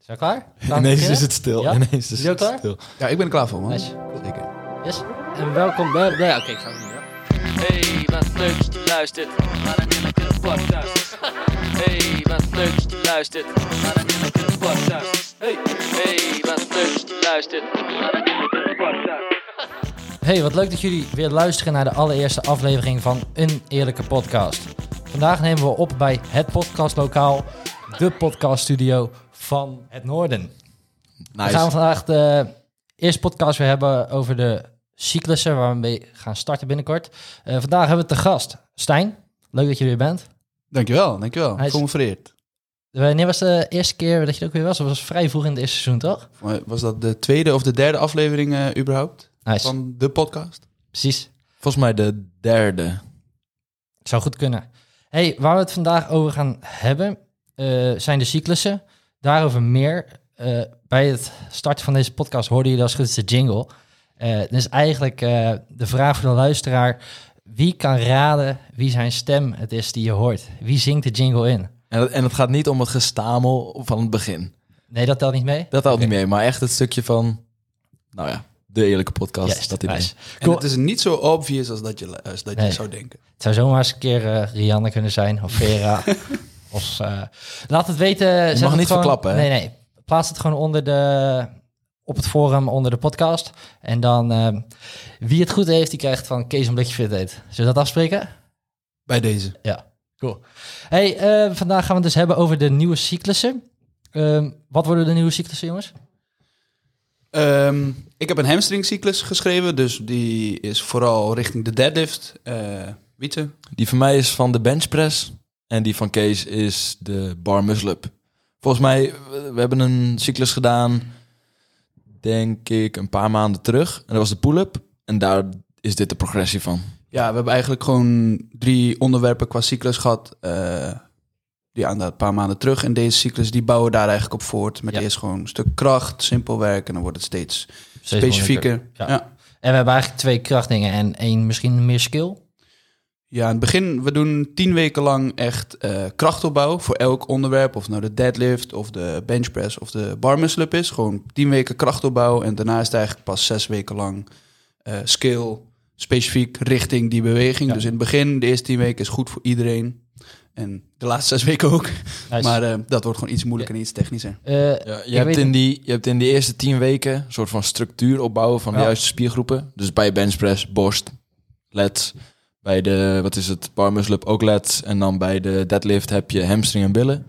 Zijn we klaar? Ineens is het stil. Ja? Ineens is Ben je het klaar? stil. Ja, ik ben er klaar voor, man. Nice. Zeker. Yes. En welkom bij... Nee, oké, ik ga het niet, ja. Hey, wat leuk dat je luistert naar een nieuwe podcast. Hey, wat leuk dat je luistert naar een nieuwe podcast. Hey, wat leuk dat je luistert naar een nieuwe podcast. Hey, wat leuk dat jullie weer luisteren naar de allereerste aflevering van Een Eerlijke Podcast. Vandaag nemen we op bij het podcastlokaal, de podcaststudio van het Noorden. We gaan vandaag de eerste podcast weer hebben over de cyclussen waar we mee gaan starten binnenkort. Vandaag hebben we te gast Stijn. Leuk dat je er weer bent. Dankjewel. Hij is- Voel me vereerd. Wanneer was de eerste keer dat je er ook weer was? Dat was vrij vroeg in het eerste seizoen, toch? Maar was dat de tweede of de derde aflevering überhaupt Nice. van de podcast? Precies. Volgens mij de derde. Zou goed kunnen. Hey, waar we het vandaag over gaan hebben, zijn de cyclussen. Daarover meer. Bij het starten van deze podcast hoorde je als goed is de jingle. Dus eigenlijk de vraag voor de luisteraar: wie kan raden wie zijn stem het is die je hoort? Wie zingt de jingle in? En het gaat niet om het gestamel van het begin. Nee, dat telt niet mee? Dat telt niet mee, maar echt het stukje van... Nou ja, de eerlijke podcast. Juist, dat idee. nice. En Cool. het is niet zo obvious als dat je Nee. zou denken. Het zou zomaar eens een keer Rianne kunnen zijn, of Vera. Of, laat het weten. Zet mag het niet gewoon- verklappen, hè? Nee. Plaats het gewoon op het forum onder de podcast. En dan wie het goed heeft, die krijgt van Kees een blikje fit eet. Zullen we dat afspreken? Bij deze. Ja, cool. Hey, vandaag gaan we het dus hebben over de nieuwe cyclussen. Wat worden de nieuwe cyclussen, jongens? Ik heb een hamstringcyclus geschreven, dus die is vooral richting de deadlift. Wietse? Die van mij is van de benchpress. En die van Kees is de bar muscle-up. Volgens mij, we hebben een cyclus gedaan, denk ik, een paar maanden terug. En dat was de pull-up. En daar is dit de progressie van. Ja, we hebben eigenlijk gewoon 3 onderwerpen qua cyclus gehad. Die aan een paar maanden terug. En deze cyclus die bouwen daar eigenlijk op voort. Met Ja. eerst gewoon een stuk kracht, simpel werk. En dan wordt het steeds Steeds specifieker. moeilijker. Ja. En we hebben eigenlijk 2 krachtdingen en 1 misschien meer skill. Ja, in het begin, we doen 10 weken lang echt krachtopbouw voor elk onderwerp. Of nou de deadlift, of de benchpress, of de bar muscle-up is. Gewoon 10 weken krachtopbouw. En daarna is het eigenlijk pas 6 weken lang skill, specifiek richting die beweging. Ja. Dus in het begin, de eerste 10 weken is goed voor iedereen. En de laatste 6 weken ook. Nice. Maar dat wordt gewoon iets moeilijker en iets technischer. Ja, je, ik hebt weet- je hebt in die eerste 10 weken een soort van structuur opbouwen van de Ja. juiste spiergroepen. Dus bij benchpress, borst, lats. Bij de, bar muscle-up ook lats. En dan bij de deadlift heb je hamstring en billen.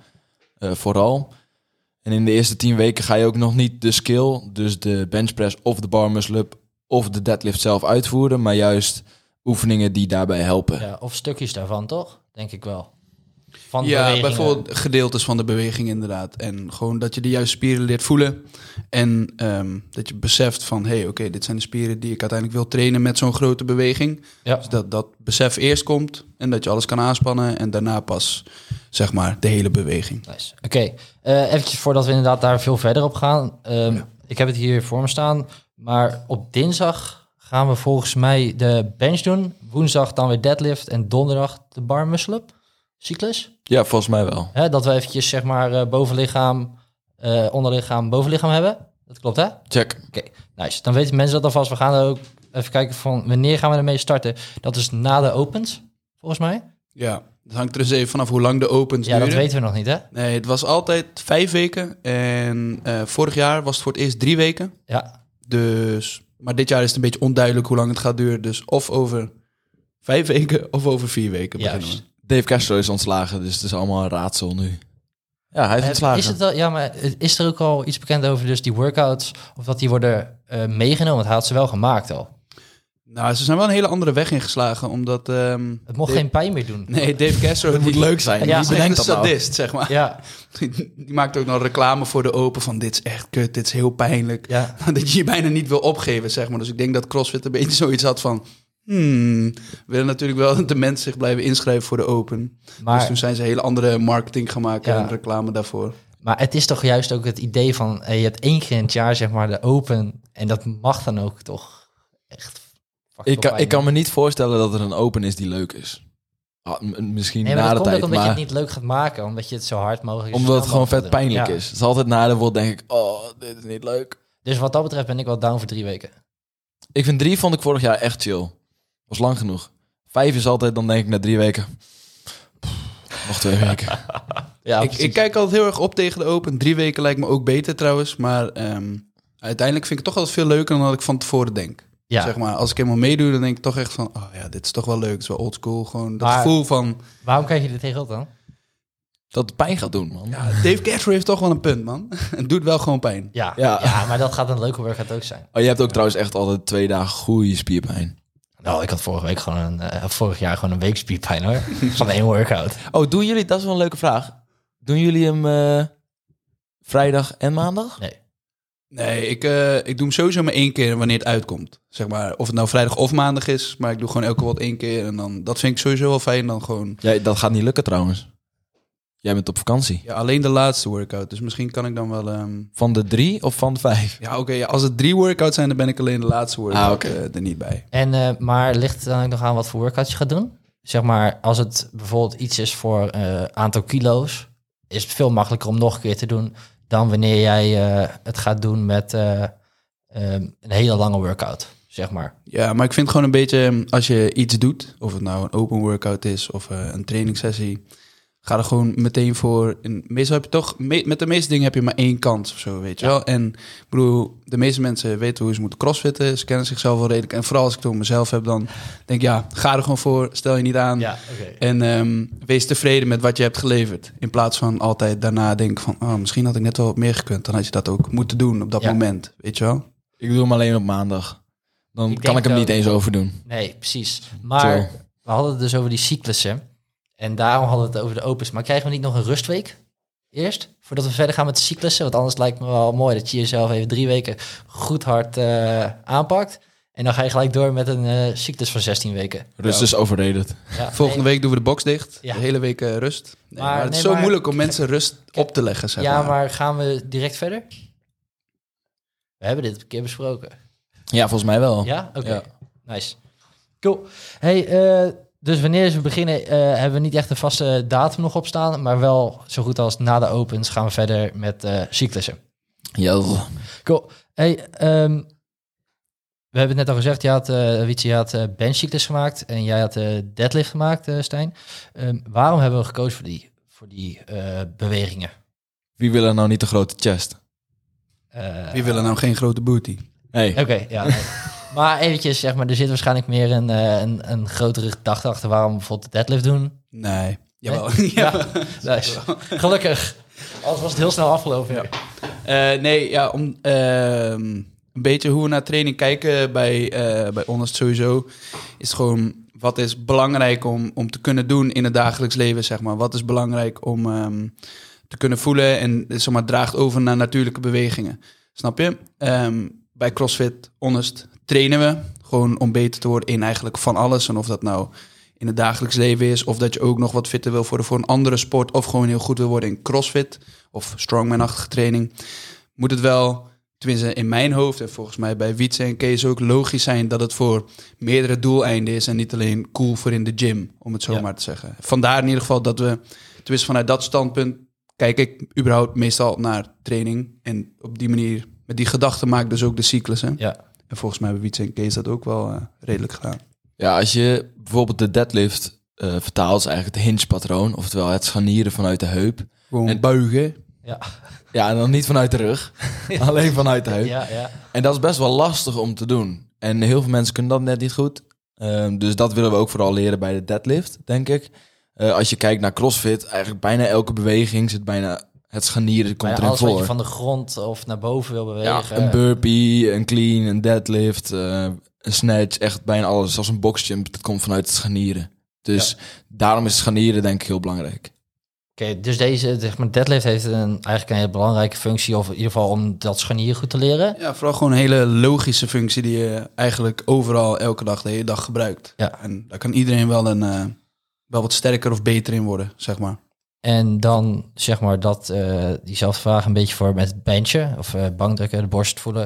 Vooral. En in de eerste 10 weken ga je ook nog niet de skill, dus de benchpress of de bar muscle-up of de deadlift zelf uitvoeren. Maar juist oefeningen die daarbij helpen. Ja, of stukjes daarvan, toch? Denk ik wel. Van Ja, bewegingen. bijvoorbeeld gedeeltes van de beweging inderdaad. En gewoon dat je de juiste spieren leert voelen. En dat je beseft van, oké, dit zijn de spieren die ik uiteindelijk wil trainen met zo'n grote beweging. Ja. Dus dat besef eerst komt en dat je alles kan aanspannen. En daarna pas, zeg maar, de hele beweging. Nice. Oké, eventjes voordat we inderdaad daar veel verder op gaan. Ik heb het hier voor me staan. Maar op dinsdag gaan we volgens mij de bench doen. Woensdag dan weer deadlift. En donderdag de bar muscle-up cyclus. Ja, volgens mij wel. Hè, dat we eventjes zeg maar bovenlichaam, onderlichaam, bovenlichaam hebben. Dat klopt, hè? Check. Oké, nice. Dan weten mensen dat alvast. We gaan er ook even kijken van wanneer gaan we ermee starten. Dat is na de opens, volgens mij. Ja, dat hangt er dus even vanaf hoe lang de opens Ja, dat duren. weten we nog niet, hè? Nee, het was altijd 5 weken. En vorig jaar was het voor het eerst 3 weken. Ja, Dus, maar dit jaar is het een beetje onduidelijk hoe lang het gaat duren. Dus of over 5 weken of over 4 weken beginnen we. juist. Dave Castro is ontslagen, dus het is allemaal een raadsel nu. Ja, hij is ontslagen. Is het wel, ja, maar is er ook al iets bekend over dus die workouts? Of dat die worden meegenomen? Want hij had ze wel gemaakt al. Nou, ze zijn wel een hele andere weg ingeslagen, omdat... Het mocht geen pijn meer doen. Nee, Dave Castro... Het moet leuk zijn. Ja, Wie Wie bedenkt bedenkt dat nou? sadist, zeg maar. Ja, Die maakt ook nog reclame voor de open van dit is echt kut, dit is heel pijnlijk. ja. Dat je je bijna niet wil opgeven, zeg maar. Dus ik denk dat CrossFit een beetje zoiets had van... we willen natuurlijk wel dat de mensen zich blijven inschrijven voor de open. Dus Maar, toen zijn ze hele andere marketing gaan maken Ja. en reclame daarvoor. maar het is toch juist ook het idee van... je hebt 1 keer in het jaar zeg maar de open. En dat mag dan ook toch echt... fucking veel pijn Ik kan doen. me niet voorstellen dat er een open is die leuk is. Misschien Nee, maar na dat de komt ook tijd, omdat je maar het niet leuk gaat maken. Omdat je het zo hard mogelijk... omdat het gewoon vet doen. pijnlijk Ja. is. Het is altijd na de wordt denk ik, dit is niet leuk. Dus wat dat betreft ben ik wel down voor 3 weken. Ik vind 3 vond ik vorig jaar echt chill. Was lang genoeg. 5 is altijd, dan denk ik na 3 weken... nog 2 weken. Ja, Ik kijk altijd heel erg op tegen de Open. 3 weken lijkt me ook beter trouwens. Maar uiteindelijk vind ik het toch altijd veel leuker dan dat ik van tevoren denk. ja. Zeg maar, als ik helemaal meedoe, dan denk ik toch echt van... oh ja, dit is toch wel leuk. Het is wel oldschool. Gewoon dat Maar- gevoel van... Waarom kijk je er tegenop dan? Dat het pijn gaat doen, man. Ja, Dave Castro heeft toch wel een punt, man. Het doet wel gewoon pijn. Ja. Ja. Ja, maar dat gaat een leuke workout ook zijn. Oh, je hebt ook trouwens echt altijd 2 dagen goede spierpijn. Nou, ik had vorig jaar gewoon een week spierpijn hoor. Van 1 workout. Oh, doen jullie... Dat is wel een leuke vraag. Doen jullie hem vrijdag en maandag? Nee. Nee, ik doe hem sowieso maar 1 keer wanneer het uitkomt. Zeg maar, of het nou vrijdag of maandag is. Maar ik doe gewoon elke wat 1 keer. En dan, dat vind ik sowieso wel fijn. Dan gewoon... Ja, dat gaat niet lukken trouwens. Jij bent op vakantie. Ja, alleen de laatste workout. Dus misschien kan ik dan wel... Van de 3 of van de 5? Ja, oké. Ja, als het 3 workouts zijn, dan ben ik alleen de laatste workout oké. er niet bij. En, maar ligt het dan ook nog aan wat voor workouts je gaat doen? Zeg maar, als het bijvoorbeeld iets is voor aantal kilo's... is het veel makkelijker om nog een keer te doen... dan wanneer jij het gaat doen met een hele lange workout, zeg maar. Ja, maar ik vind gewoon een beetje... als je iets doet, of het nou een open workout is... of een trainingssessie... ga er gewoon meteen voor. En meestal heb je toch... met de meeste dingen heb je maar 1 kans of zo, weet je wel. En ik bedoel, de meeste mensen weten hoe ze moeten crossfitten. Ze kennen zichzelf wel redelijk. En vooral als ik het over mezelf heb, dan denk ik... ja, ga er gewoon voor. Stel je niet aan. Ja, oké. En wees tevreden met wat je hebt geleverd. In plaats van altijd daarna denken van... oh, misschien had ik net wel wat meer gekund. Dan had je dat ook moeten doen op dat moment. Weet je wel? Ik doe hem alleen op maandag. Dan Ik kan denk ik hem ook- niet eens overdoen. Nee, precies. Maar Chill. we hadden het dus over die cyclussen. En daarom hadden we het over de opens. Maar krijgen we niet nog een rustweek eerst? Voordat we verder gaan met de cyclussen. Want anders lijkt me wel mooi dat je jezelf even 3 weken goed hard aanpakt. En dan ga je gelijk door met een cyclus van 16 weken. Rust is overrated. Ja, Volgende week doen we de box dicht. Ja. De hele week rust. Nee, Maar- maar het is nee, zo maar- moeilijk om mensen rust op te leggen, zeg Ja, maar gaan we direct verder? We hebben dit een keer besproken. Ja, volgens mij wel. Ja? Oké. Ja. Nice. Cool. Hey, dus wanneer ze beginnen, hebben we niet echt een vaste datum nog op staan. Maar wel zo goed als na de opens gaan we verder met cyclussen. Ja. Cool. Hey, we hebben het net al gezegd, Wietse, je had benchcyclus gemaakt en jij had deadlift gemaakt, Stijn. Waarom hebben we gekozen voor die bewegingen? Wie wil er nou niet de grote chest? Wie wil er nou geen grote booty? Hey. Oké, ja. Nee. Maar eventjes, zeg maar, er zit waarschijnlijk meer een grotere gedachte achter waarom we bijvoorbeeld de deadlift doen. Nee. Jawel. Ja, nice. Gelukkig. Anders was het heel snel afgelopen. Ja. Nee, ja, om een beetje hoe we naar training kijken bij ons sowieso, is gewoon wat is belangrijk om te kunnen doen in het dagelijks leven, zeg maar. Wat is belangrijk om te kunnen voelen en zeg maar, draagt over naar natuurlijke bewegingen. Snap je? Bij CrossFit, honest, trainen we gewoon om beter te worden in eigenlijk van alles. En of dat nou in het dagelijks leven is, of dat je ook nog wat fitter wil worden voor een andere sport, of gewoon heel goed wil worden in CrossFit of strongman-achtige training, moet het wel, tenminste in mijn hoofd en volgens mij bij Wietse en Kees ook, logisch zijn dat het voor meerdere doeleinden is en niet alleen cool voor in de gym, om het zo Ja. maar te zeggen. Vandaar in ieder geval dat we, tenminste vanuit dat standpunt, kijk ik überhaupt meestal naar training. En op die manier, met die gedachten maak ik dus ook de cyclussen. Ja. En volgens mij hebben Wietse en Kees dat ook wel redelijk gedaan. Ja, als je bijvoorbeeld de deadlift vertaalt, is eigenlijk het hinge-patroon. Oftewel het scharnieren vanuit de heup. Gewoon En- buigen. Ja. Ja, en dan niet vanuit de rug. Alleen vanuit de heup. Ja, ja. En dat is best wel lastig om te doen. En heel veel mensen kunnen dat net niet goed. Dus dat willen we ook vooral leren bij de deadlift, denk ik. Als je kijkt naar CrossFit, eigenlijk bijna elke beweging zit bijna het scharnieren komt Maar erin alles wat je voor. van de grond of naar boven wil Ja, bewegen. een burpee, een clean, een deadlift, een snatch, echt bijna alles. Zelfs een boxjump, dat komt vanuit het scharnieren. Dus daarom is het scharnieren denk ik heel belangrijk. Oké, dus deze zeg maar, deadlift heeft eigenlijk een hele belangrijke functie, of in ieder geval om dat scharnieren goed te leren. Ja, vooral gewoon een hele logische functie die je eigenlijk overal elke dag, de hele dag gebruikt. Ja. En daar kan iedereen wel wat sterker of beter in worden, zeg maar. En dan zeg maar dat diezelfde vraag een beetje voor met het benchen of bankdrukken, de borst voelen.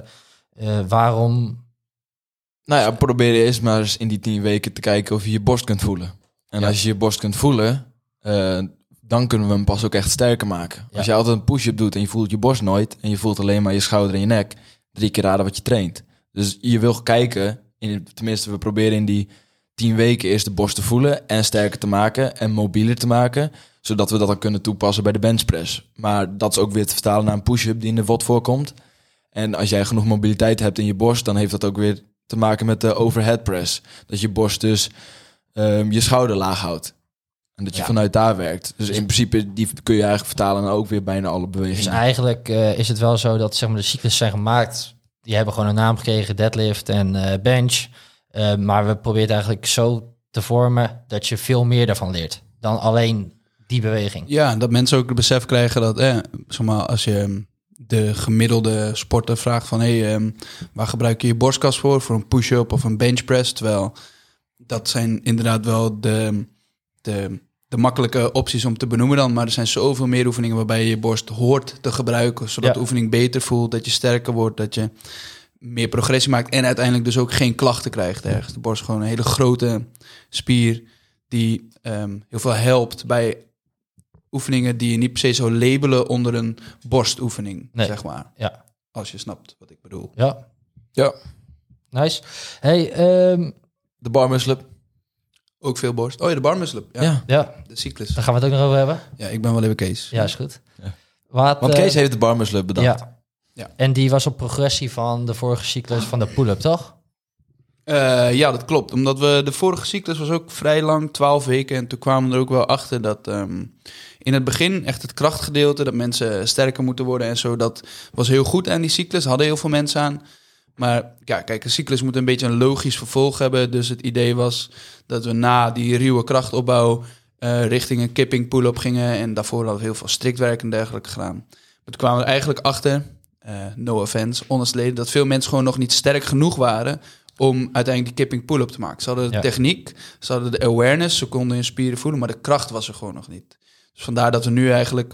Waarom? Nou ja, probeer eerst maar eens in die 10 weken te kijken of je je borst kunt voelen. En Ja. als je je borst kunt voelen, dan kunnen we hem pas ook echt sterker maken. Ja. Als je altijd een push-up doet en je voelt je borst nooit... en je voelt alleen maar je schouder en je nek... 3 keer raden wat je traint. Dus je wil kijken, tenminste we proberen in die 10 weken... eerst de borst te voelen en sterker te maken en mobieler te maken... zodat we dat dan kunnen toepassen bij de benchpress. Maar dat is ook weer te vertalen naar een push-up die in de WOD voorkomt. En als jij genoeg mobiliteit hebt in je borst... dan heeft dat ook weer te maken met de overhead press. Dat je borst dus je schouder laag houdt. En dat je Ja. vanuit daar werkt. Dus in principe die kun je eigenlijk vertalen naar ook weer bijna alle bewegingen. Dus eigenlijk is het wel zo dat zeg maar, de cyclus zijn gemaakt. Die hebben gewoon een naam gekregen, deadlift en bench. Maar we proberen het eigenlijk zo te vormen dat je veel meer daarvan leert dan alleen die beweging. Ja, dat mensen ook het besef krijgen dat, zeg maar, als je de gemiddelde sporter vraagt van, waar gebruik je je borstkas voor een push-up of een benchpress? Terwijl dat zijn inderdaad wel de makkelijke opties om te benoemen dan, maar er zijn zoveel meer oefeningen waarbij je je borst hoort te gebruiken, zodat de oefening beter voelt, dat je sterker wordt, dat je meer progressie maakt en uiteindelijk dus ook geen klachten krijgt ergens. De borst is gewoon een hele grote spier die heel veel helpt bij oefeningen die je niet per se zou labelen onder een borstoefening, Nee. zeg maar. Ja. Als je snapt wat ik bedoel. Ja, Ja, nice. Hey, de bar muscle-up. Ook veel borst. Oh ja, de bar muscle-up. Ja, Ja. ja, de cyclus. daar gaan we het ook nog over hebben. Ja, ik ben wel even Kees. Ja, is goed. Ja. Wat, Want Kees heeft de bar muscle-up bedacht. Ja. Ja. En die was op progressie van de vorige cyclus van de pull-up, toch? Ja, dat klopt. Omdat we de vorige cyclus was ook vrij lang, 12 weken. En toen kwamen we er ook wel achter dat in het begin echt het krachtgedeelte, dat mensen sterker moeten worden en zo, dat was heel goed aan die cyclus. Hadden heel veel mensen aan. Maar ja, kijk, een cyclus moet een beetje een logisch vervolg hebben. Dus het idee was dat we na die ruwe krachtopbouw richting een kipping pull-up gingen. En daarvoor hadden we heel veel striktwerk en dergelijke gedaan. Maar toen kwamen we er eigenlijk achter, no offense, honestly, dat veel mensen gewoon nog niet sterk genoeg waren om uiteindelijk die kipping pull-up te maken. Ze hadden de techniek, ze hadden de awareness, ze konden hun spieren voelen, maar de kracht was er gewoon nog niet. Dus vandaar dat we nu eigenlijk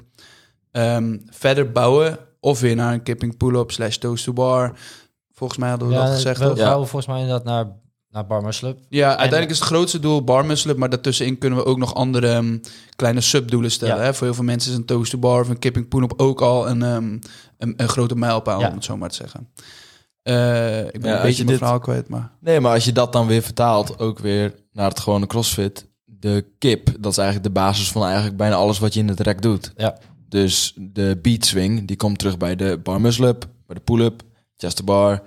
verder bouwen, of weer naar een kipping pull-up / toes to bar. Volgens mij hadden we dat gezegd. We toch? bouwen volgens mij inderdaad naar bar muscle-up. Ja, uiteindelijk is het grootste doel bar muscle-up, maar daartussenin kunnen we ook nog andere kleine subdoelen stellen. Ja. Hè? Voor heel veel mensen is een toes to bar of een kipping pull-up ook al een grote mijlpaal, Ja. om het zo maar te zeggen. Ik ben Ja, een als beetje je mijn dit- verhaal kwijt, maar... Nee, maar als je dat dan weer vertaalt, ook weer naar het gewone CrossFit, de kip, dat is eigenlijk de basis van eigenlijk bijna alles wat je in het rek doet. Ja. Dus de beat swing, die komt terug bij de bar muscle-up, bij de pull-up, chest to bar,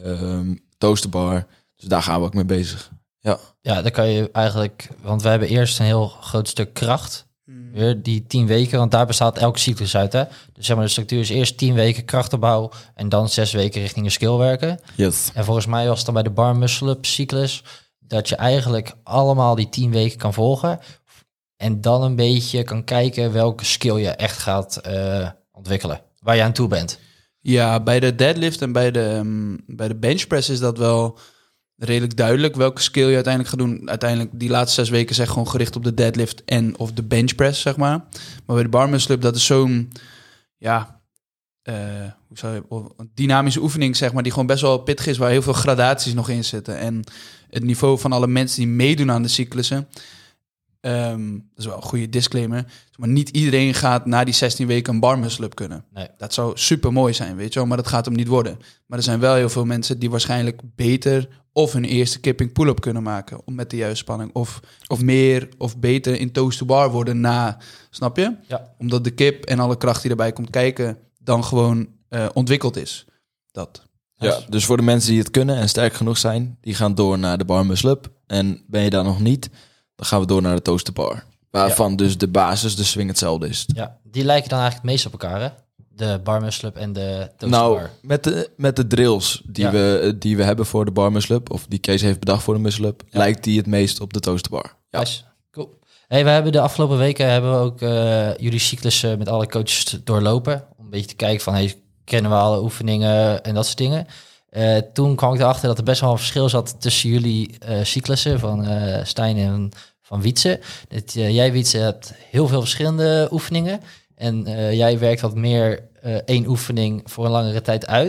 toes to bar. Dus daar gaan we ook mee bezig. Ja. Ja, dan kan je eigenlijk, want we hebben eerst een heel groot stuk kracht. Weer die 10 weken, want daar bestaat elke cyclus uit. Hè? Dus zeg maar, de structuur is eerst 10 weken krachtopbouw en dan 6 weken richting een skill werken. Yes. En volgens mij was het dan bij de bar muscle-up cyclus dat je eigenlijk allemaal die 10 weken kan volgen. En dan een beetje kan kijken welke skill je echt gaat ontwikkelen. Waar je aan toe bent. Ja, bij de deadlift en bij de benchpress is dat wel redelijk duidelijk welke skill je uiteindelijk gaat doen. Uiteindelijk, die laatste 6 weken zijn gewoon gericht op de deadlift en of de benchpress, zeg maar. Maar bij de bar muscle-up, dat is zo'n, ja, hoe zou je, een dynamische oefening, zeg maar, die gewoon best wel pittig is, waar heel veel gradaties nog in zitten. En het niveau van alle mensen die meedoen aan de cyclussen, dat is wel een goede disclaimer, maar niet iedereen gaat na die 16 weken een bar muscle-up kunnen. Nee. Dat zou super mooi zijn, weet je wel, maar dat gaat hem niet worden. Maar er zijn wel heel veel mensen die waarschijnlijk beter of hun eerste kipping pull-up kunnen maken om met de juiste spanning, of meer of beter in toes to bar worden na, snap je? Ja. Omdat de kip en alle kracht die erbij komt kijken dan gewoon ontwikkeld is. Dat. Ja, dus voor de mensen die het kunnen en sterk genoeg zijn, die gaan door naar de bar muscle-up. En ben je daar nog niet, dan gaan we door naar de toes to bar. Waarvan dus de basis, de swing hetzelfde is. Ja, die lijken dan eigenlijk het meest op elkaar, hè? De bar muscle-up en de toes Nou, bar. met de drills Ja. die we hebben voor de bar muscle-up, of die Kees heeft bedacht voor de muscle-up, Ja. lijkt die het meest op de toes to bar. Ja. Nice. Cool. Hey, we hebben de afgelopen weken hebben we ook jullie cyclussen met alle coaches doorlopen. Om een beetje te kijken van, hey, kennen we alle oefeningen en dat soort dingen. Toen kwam ik erachter dat er best wel een verschil zat tussen jullie cyclussen van Stijn en van Wietse. Dat, jij, Wietse, hebt heel veel verschillende oefeningen. En jij werkt wat meer één oefening voor een langere tijd uit.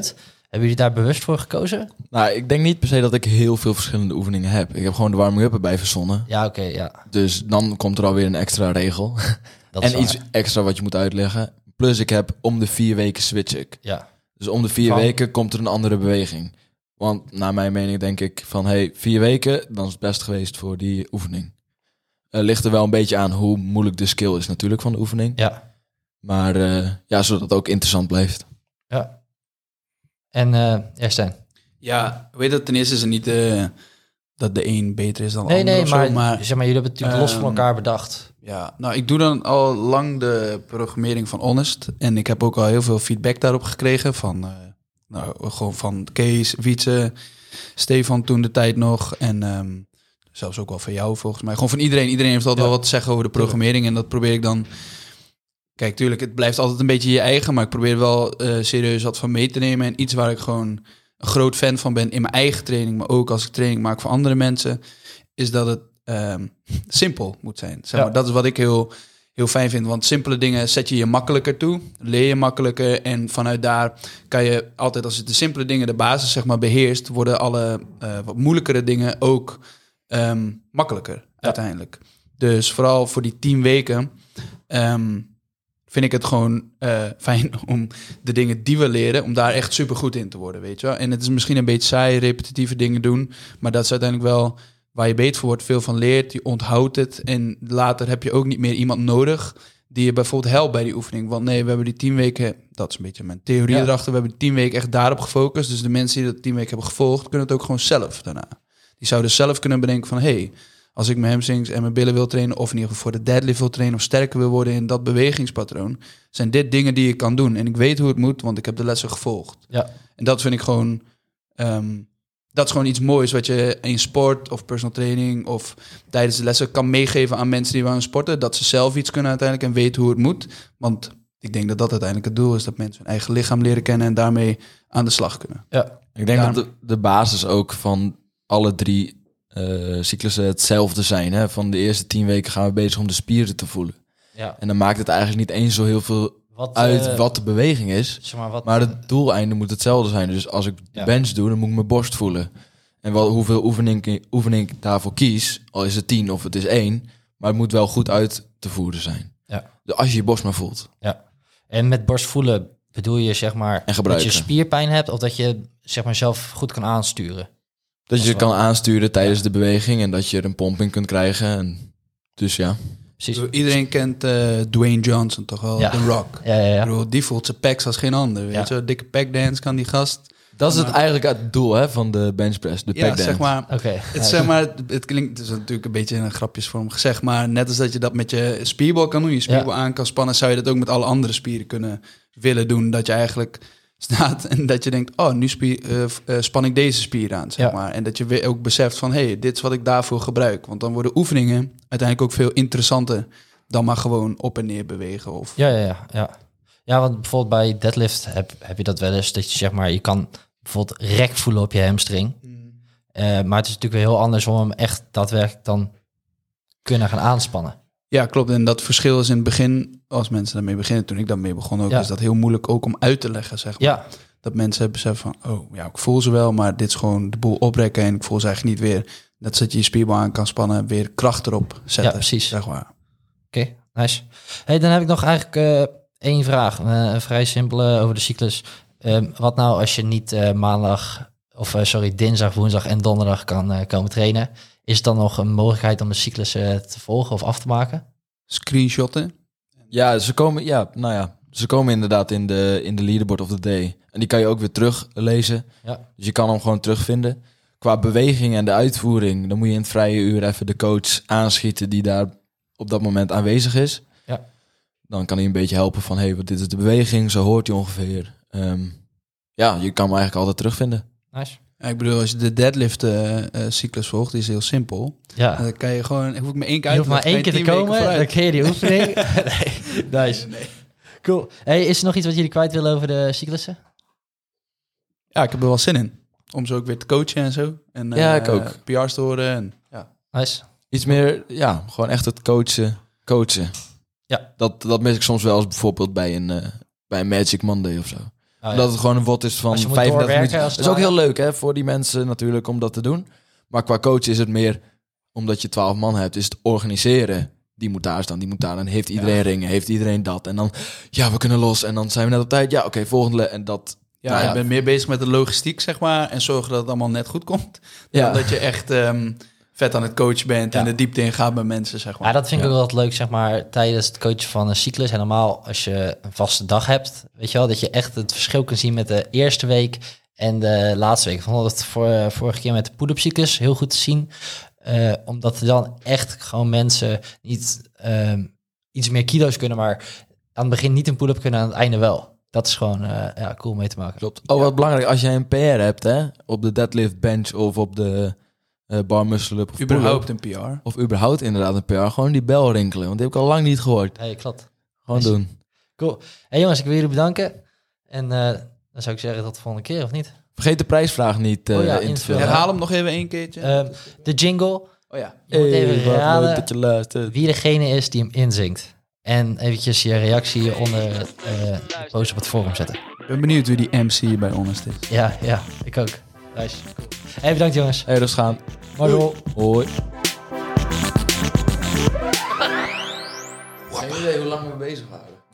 Hebben jullie daar bewust voor gekozen? Nou, ik denk niet per se dat ik heel veel verschillende oefeningen heb. Ik heb gewoon de warming-up erbij verzonnen. Ja, oké, ja. Dus dan komt er alweer een extra regel. Dat is En iets waar. extra wat je moet uitleggen. Plus ik heb om de 4 weken switch ik. Ja, Dus om de 4 Van- weken komt er een andere beweging. Want naar mijn mening denk ik van... 4 weken, dan is het best geweest voor die oefening. Ligt er wel een beetje aan hoe moeilijk de skill is natuurlijk van de oefening. ja, Maar zodat het ook interessant blijft. ja. En Stijn? Ja, weet dat ten eerste is het niet dat de een beter is dan de Nee, ander nee, of zo, maar, zeg maar, jullie hebben het natuurlijk los van elkaar bedacht. Ja, nou, ik doe dan al lang de programmering van Honest. En ik heb ook al heel veel feedback daarop gekregen van, gewoon van Kees, Wietse, Stefan toen de tijd nog. En zelfs ook wel van jou volgens mij. Gewoon van iedereen. Iedereen heeft altijd wel wat te zeggen over de programmering. En dat probeer ik dan... Kijk, tuurlijk, het blijft altijd een beetje je eigen. Maar ik probeer wel serieus wat van mee te nemen. En iets waar ik gewoon een groot fan van ben in mijn eigen training. Maar ook als ik training maak voor andere mensen. Is dat het simpel moet zijn. Zeg maar, dat is wat ik heel fijn vind. Want simpele dingen zet je je makkelijker toe. Leer je makkelijker. En vanuit daar kan je altijd, als het de simpele dingen de basis zeg maar beheerst, worden alle wat moeilijkere dingen ook makkelijker uiteindelijk. Dus vooral voor die 10 weken vind ik het gewoon fijn om de dingen die we leren, om daar echt super goed in te worden, weet je wel. En het is misschien een beetje saai, repetitieve dingen doen, maar dat is uiteindelijk wel waar je beter voor wordt, veel van leert, je onthoudt het en later heb je ook niet meer iemand nodig die je bijvoorbeeld helpt bij die oefening. Want nee, we hebben die 10 weken, dat is een beetje mijn theorie erachter, we hebben die 10 weken echt daarop gefocust. Dus de mensen die dat 10 weken hebben gevolgd, kunnen het ook gewoon zelf daarna. Die zouden zelf kunnen bedenken van, hey, als ik mijn hamstrings en mijn billen wil trainen, of in ieder geval voor de deadlift wil trainen, of sterker wil worden in dat bewegingspatroon, zijn dit dingen die ik kan doen. En ik weet hoe het moet, want ik heb de lessen gevolgd. Ja. En dat vind ik gewoon, dat is gewoon iets moois wat je in sport of personal training of tijdens de lessen kan meegeven aan mensen die willen sporten. Dat ze zelf iets kunnen uiteindelijk en weten hoe het moet. Want ik denk dat dat uiteindelijk het doel is, dat mensen hun eigen lichaam leren kennen en daarmee aan de slag kunnen. Ja. Ik denk dat de basis ook van alle 3 cyclussen hetzelfde zijn. Hè? Van de eerste 10 weken gaan we bezig om de spieren te voelen. Ja. En dan maakt het eigenlijk niet eens zo heel veel Wat, uit wat de beweging is. zeg maar, wat, Maar het doeleinde moet hetzelfde zijn. Dus als ik de bench doe, dan moet ik mijn borst voelen. En hoeveel oefening ik daarvoor kies, al is het 10 of het is 1, maar het moet wel goed uit te voeren zijn. Ja. Dus als je je borst maar voelt. Ja. En met borst voelen bedoel je zeg maar En dat gebruiken. je spierpijn hebt of dat je zeg maar zelf goed kan aansturen? Dat je is wel- kan aansturen tijdens de beweging en dat je er een pomping kunt krijgen. En dus ja. Precies. Iedereen kent Dwayne Johnson toch wel, Ja. The Rock. Ja, ja, ja. Ik bedoel, die voelt zijn pecs als geen ander, weet Ja. je wel. Dikke pack dance kan die gast. Dat is het eigenlijk het doel hè, van de benchpress, de Ja, pack dance. zeg maar. Oké. Het, zeg maar, het klinkt dus natuurlijk een beetje in een grapjesvorm gezegd, maar net als dat je dat met je spierbal kan doen, je spierbal aan kan spannen, zou je dat ook met alle andere spieren kunnen willen doen. Dat je eigenlijk staat en dat je denkt, oh, nu span ik deze spier aan, zeg maar. En dat je weer ook beseft van, hey, dit is wat ik daarvoor gebruik. Want dan worden oefeningen uiteindelijk ook veel interessanter dan maar gewoon op en neer bewegen. Of... Ja, want bijvoorbeeld bij deadlift heb je dat wel eens, dat je zeg maar, je kan bijvoorbeeld rek voelen op je hamstring. Maar het is natuurlijk weer heel anders om hem echt daadwerkelijk dan kunnen gaan aanspannen. Ja, klopt. En dat verschil is in het begin, als mensen daarmee beginnen, toen ik daarmee begon ook, is dat heel moeilijk ook om uit te leggen, zeg maar. Ja. Dat mensen beseffen van, oh ja, ik voel ze wel, maar dit is gewoon de boel oprekken en ik voel ze eigenlijk niet weer. Dat zet je je spierbal aan kan spannen, weer kracht erop zetten. Ja, precies. Zeg maar. Oké, nice. Hey, dan heb ik nog eigenlijk 1 vraag. Een vrij simpele over de cyclus. Wat nou als je niet dinsdag, woensdag en donderdag kan komen trainen? Is het dan nog een mogelijkheid om de cyclus te volgen of af te maken? Screenshotten. Ja, ze komen inderdaad in de leaderboard of the day. En die kan je ook weer teruglezen. Ja. Dus je kan hem gewoon terugvinden. Qua beweging en de uitvoering, dan moet je in het vrije uur even de coach aanschieten die daar op dat moment aanwezig is. Ja. Dan kan hij een beetje helpen van, hey, dit is de beweging, zo hoort hij ongeveer. Je kan hem eigenlijk altijd terugvinden. Nice. Ja, ik bedoel, als je de deadlift cyclus volgt, die is heel simpel. Ja. Dan kan je gewoon, hoef ik maar 1 keer Je uit hoeft maar 1 keer te komen, dan kun je die oefening. Nee, nice. Cool. Hey, is er nog iets wat jullie kwijt willen over de cyclussen? Ja, ik heb er wel zin in. Om ze ook weer te coachen en zo. En, Ja, ik ook. PR's te horen. En, ja. Nice. Iets meer, gewoon echt het coachen. Ja. Dat mis ik soms wel eens bijvoorbeeld bij een Magic Monday of zo. ja. Dat het gewoon een WOD is van Als je moet 35 doorwerken, minuten. als Dat het is ook ware. heel leuk hè, voor die mensen natuurlijk om dat te doen. Maar qua coach is het meer, omdat je 12 man hebt, is het organiseren. Die moet daar staan, die moet daar. En heeft iedereen ringen, heeft iedereen dat. En dan, ja, we kunnen los. En dan zijn we net op tijd. Ja, oké, volgende. En dat... Ja, nou je bent meer bezig met de logistiek, zeg maar. En zorgen dat het allemaal net goed komt. Ja. Dan dat je echt vet aan het coachen bent. Ja. En de diepte in gaat met mensen, zeg maar. Maar dat vind ik ook wel wat leuk, zeg maar, tijdens het coachen van een cyclus. En normaal, als je een vaste dag hebt, weet je wel, dat je echt het verschil kunt zien met de eerste week en de laatste week. Ik vond dat vorige keer met de pull-up cyclus heel goed te zien. Omdat er dan echt gewoon mensen niet iets meer kilo's kunnen, maar aan het begin niet een pull-up kunnen, aan het einde wel. Dat is gewoon cool mee te maken. Klopt. Oh, wat belangrijk. Als jij een PR hebt, hè, op de deadlift bench of op de bar muscle up of Überhaupt pull-up, een PR. of überhaupt inderdaad een PR, gewoon die bel rinkelen. Want die heb ik al lang niet gehoord. Hey, klopt. Gewoon Nice. doen. Cool. Hey jongens, ik wil jullie bedanken. En dan zou ik zeggen tot de volgende keer, of niet? Vergeet de prijsvraag niet Oh ja, in te invullen. vullen. Herhaal hem nog even één keertje. De jingle. Oh ja. Je moet even Hey, wat leuk raden dat je luistert. wie degene is die hem inzingt. En eventjes je reactie onder de post op het forum zetten. Ik ben benieuwd wie die MC bij Honest is. Ja, ik ook. Nice. Cool. Hey, bedankt jongens. Hey, dus gaan. Marvel. Hoi. Geen idee hoe lang we bezig waren.